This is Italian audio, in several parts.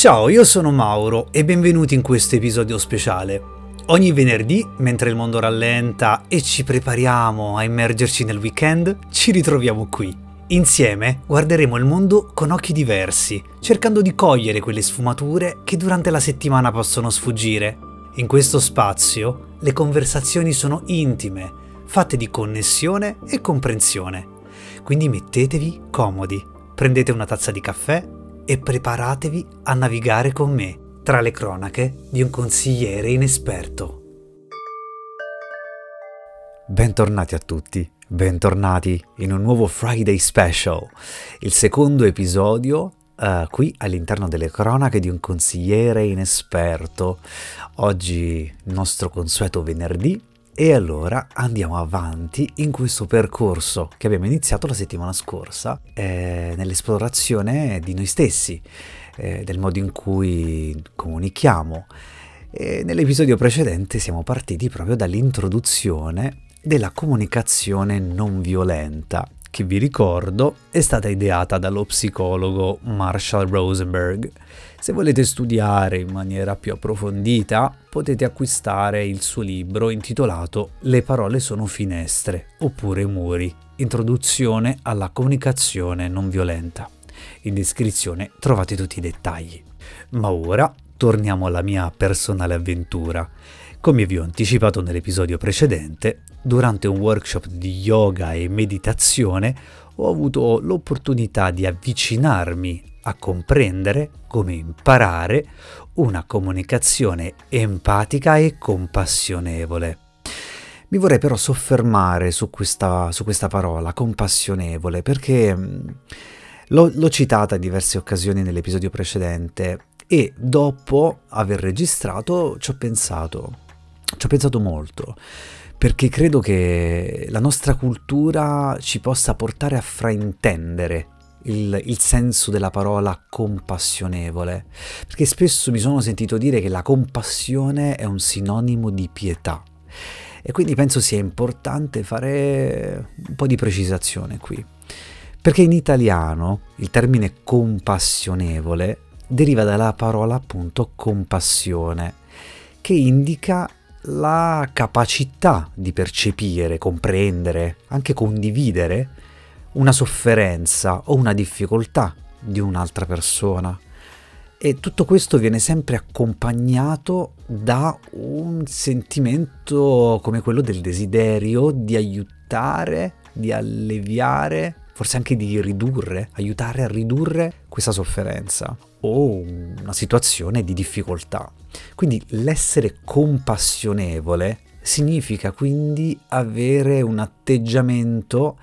Ciao, io sono Mauro e benvenuti in questo episodio speciale. Ogni venerdì, mentre il mondo rallenta e ci prepariamo a immergerci nel weekend, ci ritroviamo qui. Insieme guarderemo il mondo con occhi diversi, cercando di cogliere quelle sfumature che durante la settimana possono sfuggire. In questo spazio, le conversazioni sono intime, fatte di connessione e comprensione. Quindi mettetevi comodi, prendete una tazza di caffè e preparatevi a navigare con me tra le cronache di un consigliere inesperto. Bentornati a tutti, bentornati in un nuovo Friday Special, il secondo episodio qui all'interno delle cronache di un consigliere inesperto. Oggi il nostro consueto venerdì. E allora andiamo avanti in questo percorso che abbiamo iniziato la settimana scorsa nell'esplorazione di noi stessi, del modo in cui comunichiamo. E nell'episodio precedente siamo partiti proprio dall'introduzione della comunicazione non violenta, che vi ricordo è stata ideata dallo psicologo Marshall Rosenberg. Se volete studiare in maniera più approfondita, potete acquistare il suo libro intitolato Le parole sono finestre oppure muri, introduzione alla comunicazione non violenta. In descrizione trovate tutti i dettagli. Ma ora torniamo alla mia personale avventura. Come vi ho anticipato nell'episodio precedente, durante un workshop di yoga e meditazione ho avuto l'opportunità di avvicinarmi a comprendere come imparare una comunicazione empatica e compassionevole. Mi vorrei però soffermare su questa parola, compassionevole, perché l'ho citata in diverse occasioni nell'episodio precedente e dopo aver registrato ci ho pensato molto, perché credo che la nostra cultura ci possa portare a fraintendere il senso della parola compassionevole, perché spesso mi sono sentito dire che la compassione è un sinonimo di pietà e quindi penso sia importante fare un po' di precisazione qui, perché in italiano il termine compassionevole deriva dalla parola appunto compassione, che indica la capacità di percepire, comprendere, anche condividere una sofferenza o una difficoltà di un'altra persona. E tutto questo viene sempre accompagnato da un sentimento come quello del desiderio di aiutare, di alleviare, forse anche di aiutare a ridurre questa sofferenza o una situazione di difficoltà. Quindi l'essere compassionevole significa quindi avere un atteggiamento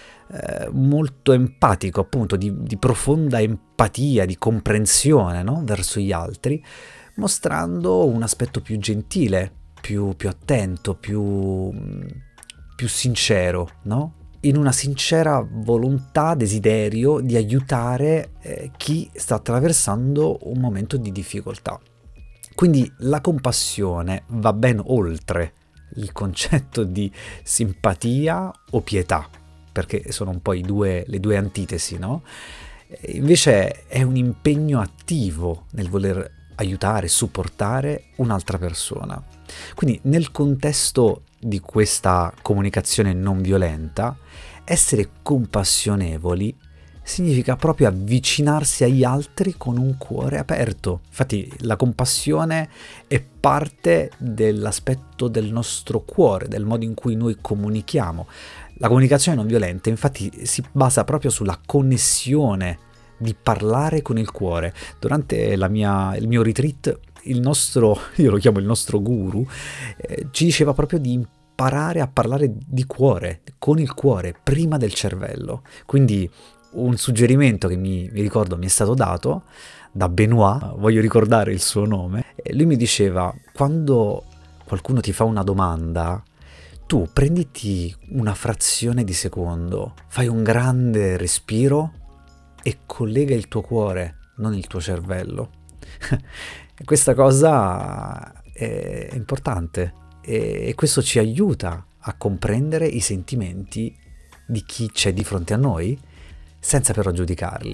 molto empatico, appunto di profonda empatia, di comprensione, no? Verso gli altri, mostrando un aspetto più gentile, più attento, più sincero, no? In una sincera volontà, desiderio di aiutare chi sta attraversando un momento di difficoltà. Quindi la compassione va ben oltre il concetto di simpatia o pietà, perché sono un po' le due antitesi, no? Invece è un impegno attivo nel voler aiutare, supportare un'altra persona. Quindi nel contesto di questa comunicazione non violenta, essere compassionevoli significa proprio avvicinarsi agli altri con un cuore aperto. Infatti la compassione è parte dell'aspetto del nostro cuore, del modo in cui noi comunichiamo. La comunicazione non violenta infatti si basa proprio sulla connessione di parlare con il cuore. Durante il mio retreat, io lo chiamo il nostro guru, ci diceva proprio di imparare a parlare di cuore, con il cuore, prima del cervello. Quindi un suggerimento che mi ricordo mi è stato dato da Benoit, voglio ricordare il suo nome, e lui mi diceva: quando qualcuno ti fa una domanda, tu prenditi una frazione di secondo, fai un grande respiro e collega il tuo cuore, non il tuo cervello. Questa cosa è importante e questo ci aiuta a comprendere i sentimenti di chi c'è di fronte a noi, senza però giudicarli.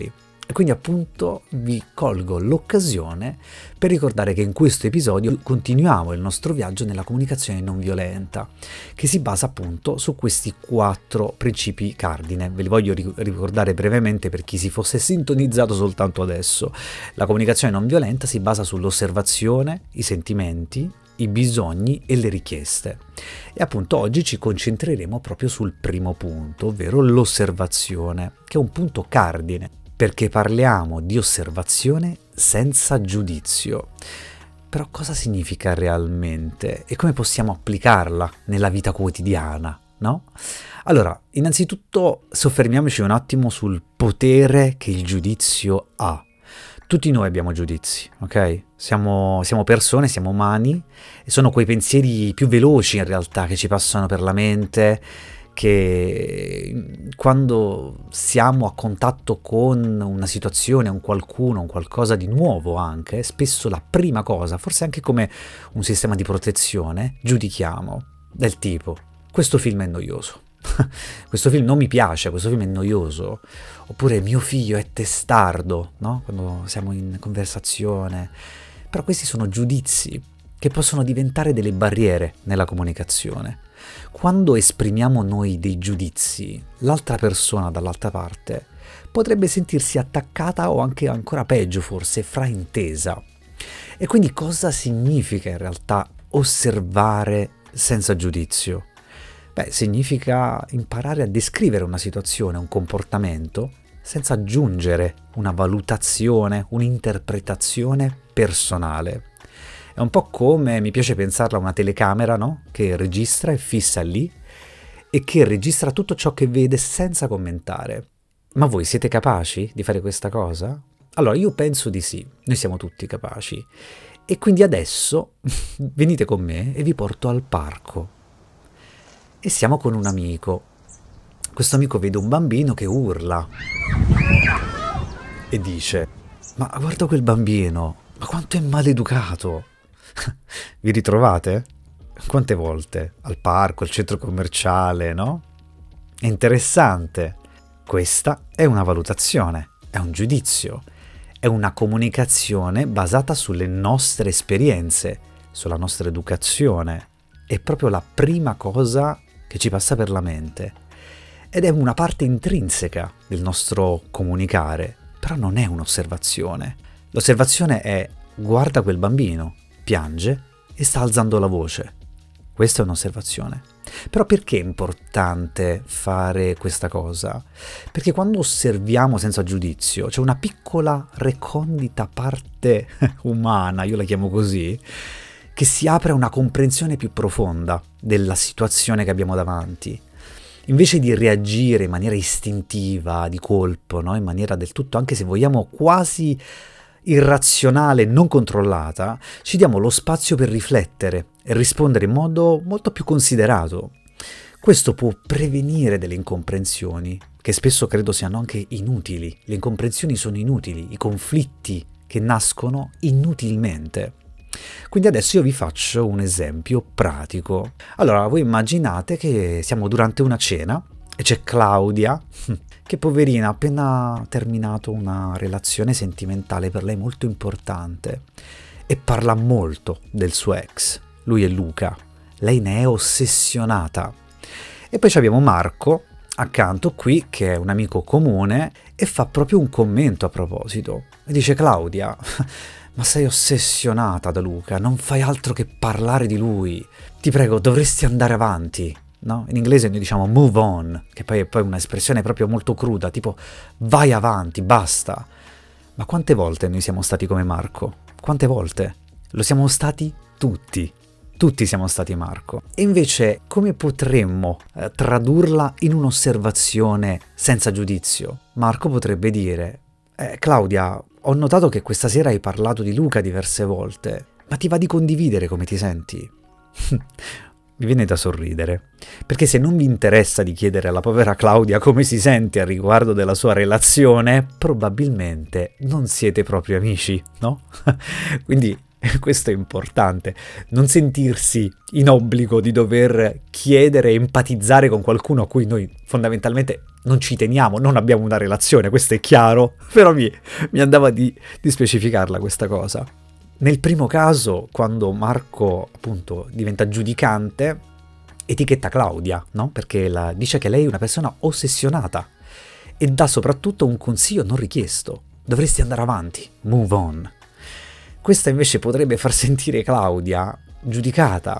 E quindi appunto vi colgo l'occasione per ricordare che in questo episodio continuiamo il nostro viaggio nella comunicazione non violenta, che si basa appunto su questi 4 principi cardine. Ve li voglio ricordare brevemente per chi si fosse sintonizzato soltanto adesso. La comunicazione non violenta si basa sull'osservazione, i sentimenti, i bisogni e le richieste. E appunto oggi ci concentreremo proprio sul primo punto, ovvero l'osservazione, che è un punto cardine, perché parliamo di osservazione senza giudizio. Però cosa significa realmente e come possiamo applicarla nella vita quotidiana, no? Allora, innanzitutto soffermiamoci un attimo sul potere che il giudizio ha. Tutti noi abbiamo giudizi, ok? Siamo persone, siamo umani, e sono quei pensieri più veloci in realtà che ci passano per la mente, che quando siamo a contatto con una situazione, un qualcuno, un qualcosa di nuovo anche, spesso la prima cosa, forse anche come un sistema di protezione, giudichiamo, del tipo, questo film è noioso, questo film non mi piace, questo film è noioso, oppure mio figlio è testardo, no? Quando siamo in conversazione. Però questi sono giudizi che possono diventare delle barriere nella comunicazione. Quando esprimiamo noi dei giudizi, l'altra persona dall'altra parte potrebbe sentirsi attaccata o anche ancora peggio forse fraintesa. E quindi cosa significa in realtà osservare senza giudizio? Beh, significa imparare a descrivere una situazione, un comportamento, senza aggiungere una valutazione, un'interpretazione personale. È un po' come, mi piace pensarla, una telecamera, no? Che registra e fissa lì e che registra tutto ciò che vede senza commentare. Ma voi siete capaci di fare questa cosa? Allora, io penso di sì, noi siamo tutti capaci. E quindi adesso venite con me e vi porto al parco. E siamo con un amico. Questo amico vede un bambino che urla e dice: ma guarda quel bambino, ma quanto è maleducato! Vi ritrovate? Quante volte? Al parco, al centro commerciale, no? È interessante. Questa è una valutazione, è un giudizio, è una comunicazione basata sulle nostre esperienze, sulla nostra educazione. È proprio la prima cosa che ci passa per la mente. Ed è una parte intrinseca del nostro comunicare, però non è un'osservazione. L'osservazione è: guarda quel bambino, piange e sta alzando la voce. Questa è un'osservazione. Però perché è importante fare questa cosa? Perché quando osserviamo senza giudizio c'è una piccola recondita parte umana, io la chiamo così, che si apre a una comprensione più profonda della situazione che abbiamo davanti. Invece di reagire in maniera istintiva, di colpo, no? In maniera del tutto, anche se vogliamo, quasi irrazionale, non controllata, ci diamo lo spazio per riflettere e rispondere in modo molto più considerato. Questo può prevenire delle incomprensioni, che spesso credo siano anche inutili. Le incomprensioni sono inutili, i conflitti che nascono inutilmente. Quindi adesso io vi faccio un esempio pratico. Allora, voi immaginate che siamo durante una cena e c'è Claudia, che poverina ha appena terminato una relazione sentimentale per lei molto importante e parla molto del suo ex. Lui è Luca, lei ne è ossessionata. E poi abbiamo Marco accanto qui, che è un amico comune, e fa proprio un commento a proposito. E dice: Claudia, ma sei ossessionata da Luca, non fai altro che parlare di lui. Ti prego, dovresti andare avanti. No? In inglese noi diciamo move on, che poi è un'espressione proprio molto cruda, tipo vai avanti, basta. Ma quante volte noi siamo stati come Marco? Quante volte? Lo siamo stati tutti. Tutti siamo stati Marco. E invece come potremmo tradurla in un'osservazione senza giudizio? Marco potrebbe dire: Claudia, ho notato che questa sera hai parlato di Luca diverse volte, ma ti va di condividere come ti senti? Mi viene da sorridere, perché se non vi interessa di chiedere alla povera Claudia come si sente a riguardo della sua relazione, probabilmente non siete proprio amici, no? Quindi questo è importante, non sentirsi in obbligo di dover chiedere e empatizzare con qualcuno a cui noi fondamentalmente non ci teniamo, non abbiamo una relazione, questo è chiaro, però mi andava di specificarla questa cosa. Nel primo caso, quando Marco appunto diventa giudicante, etichetta Claudia, no? Perché dice che lei è una persona ossessionata e dà soprattutto un consiglio non richiesto. Dovresti andare avanti, move on. Questa invece potrebbe far sentire Claudia giudicata,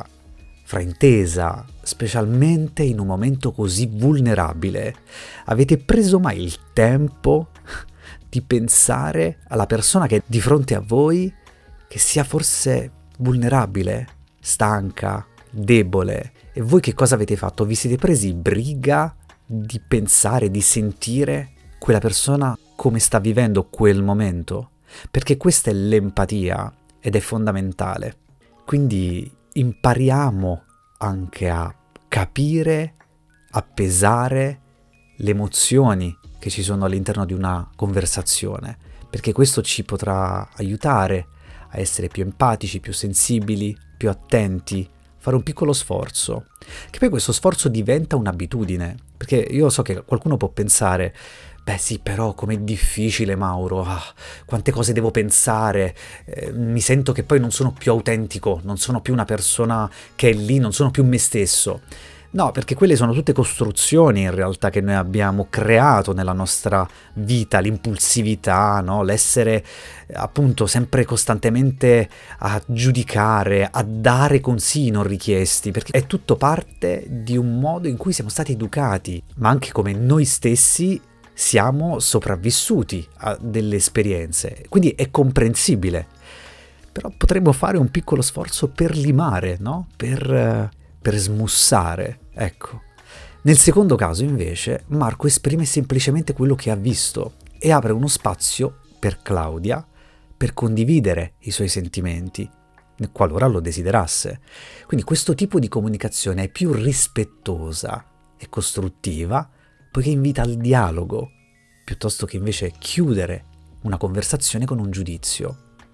fraintesa, specialmente in un momento così vulnerabile. Avete preso mai il tempo di pensare alla persona che è di fronte a voi, che sia forse vulnerabile, stanca, debole? E voi che cosa avete fatto? Vi siete presi briga di pensare, di sentire quella persona come sta vivendo quel momento? Perché questa è l'empatia ed è fondamentale. Quindi impariamo anche a capire, a pesare le emozioni che ci sono all'interno di una conversazione, perché questo ci potrà aiutare a essere più empatici, più sensibili, più attenti, fare un piccolo sforzo, che poi questo sforzo diventa un'abitudine, perché io so che qualcuno può pensare: beh sì, però com'è difficile, Mauro, quante cose devo pensare, mi sento che poi non sono più autentico, non sono più una persona che è lì, non sono più me stesso. No, perché quelle sono tutte costruzioni in realtà che noi abbiamo creato nella nostra vita, l'impulsività, no? L'essere appunto sempre costantemente a giudicare, a dare consigli non richiesti, perché è tutto parte di un modo in cui siamo stati educati, ma anche come noi stessi siamo sopravvissuti a delle esperienze, quindi è comprensibile. Però potremmo fare un piccolo sforzo per limare, no? Per smussare, ecco. Nel secondo caso, invece, Marco esprime semplicemente quello che ha visto e apre uno spazio per Claudia per condividere i suoi sentimenti, qualora lo desiderasse. Quindi questo tipo di comunicazione è più rispettosa e costruttiva, poiché invita al dialogo, piuttosto che invece chiudere una conversazione con un giudizio.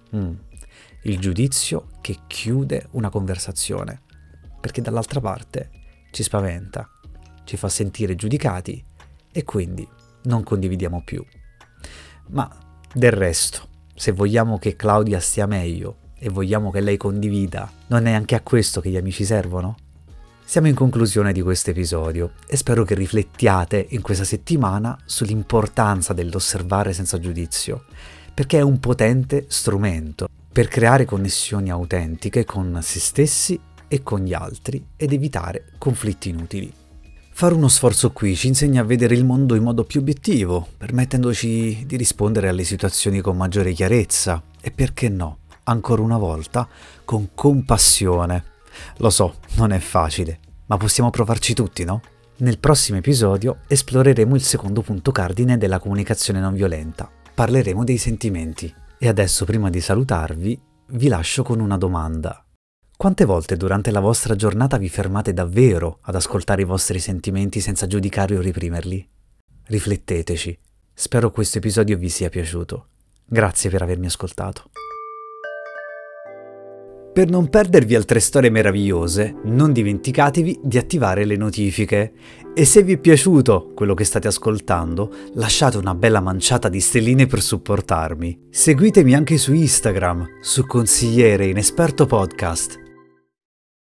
Il giudizio che chiude una conversazione, perché dall'altra parte ci spaventa, ci fa sentire giudicati e quindi non condividiamo più. Ma del resto, se vogliamo che Claudia stia meglio e vogliamo che lei condivida, non è anche a questo che gli amici servono? Siamo in conclusione di questo episodio e spero che riflettiate in questa settimana sull'importanza dell'osservare senza giudizio, perché è un potente strumento per creare connessioni autentiche con se stessi e con gli altri ed evitare conflitti inutili. Fare uno sforzo qui ci insegna a vedere il mondo in modo più obiettivo, permettendoci di rispondere alle situazioni con maggiore chiarezza e, perché no, ancora una volta, con compassione. Lo so, non è facile, ma possiamo provarci tutti, no? Nel prossimo episodio esploreremo il secondo punto cardine della comunicazione non violenta. Parleremo dei sentimenti. E adesso, prima di salutarvi, vi lascio con una domanda. Quante volte durante la vostra giornata vi fermate davvero ad ascoltare i vostri sentimenti senza giudicarli o reprimerli? Rifletteteci. Spero questo episodio vi sia piaciuto. Grazie per avermi ascoltato. Per non perdervi altre storie meravigliose, non dimenticatevi di attivare le notifiche. E se vi è piaciuto quello che state ascoltando, lasciate una bella manciata di stelline per supportarmi. Seguitemi anche su Instagram, su Consigliere Inesperto Podcast.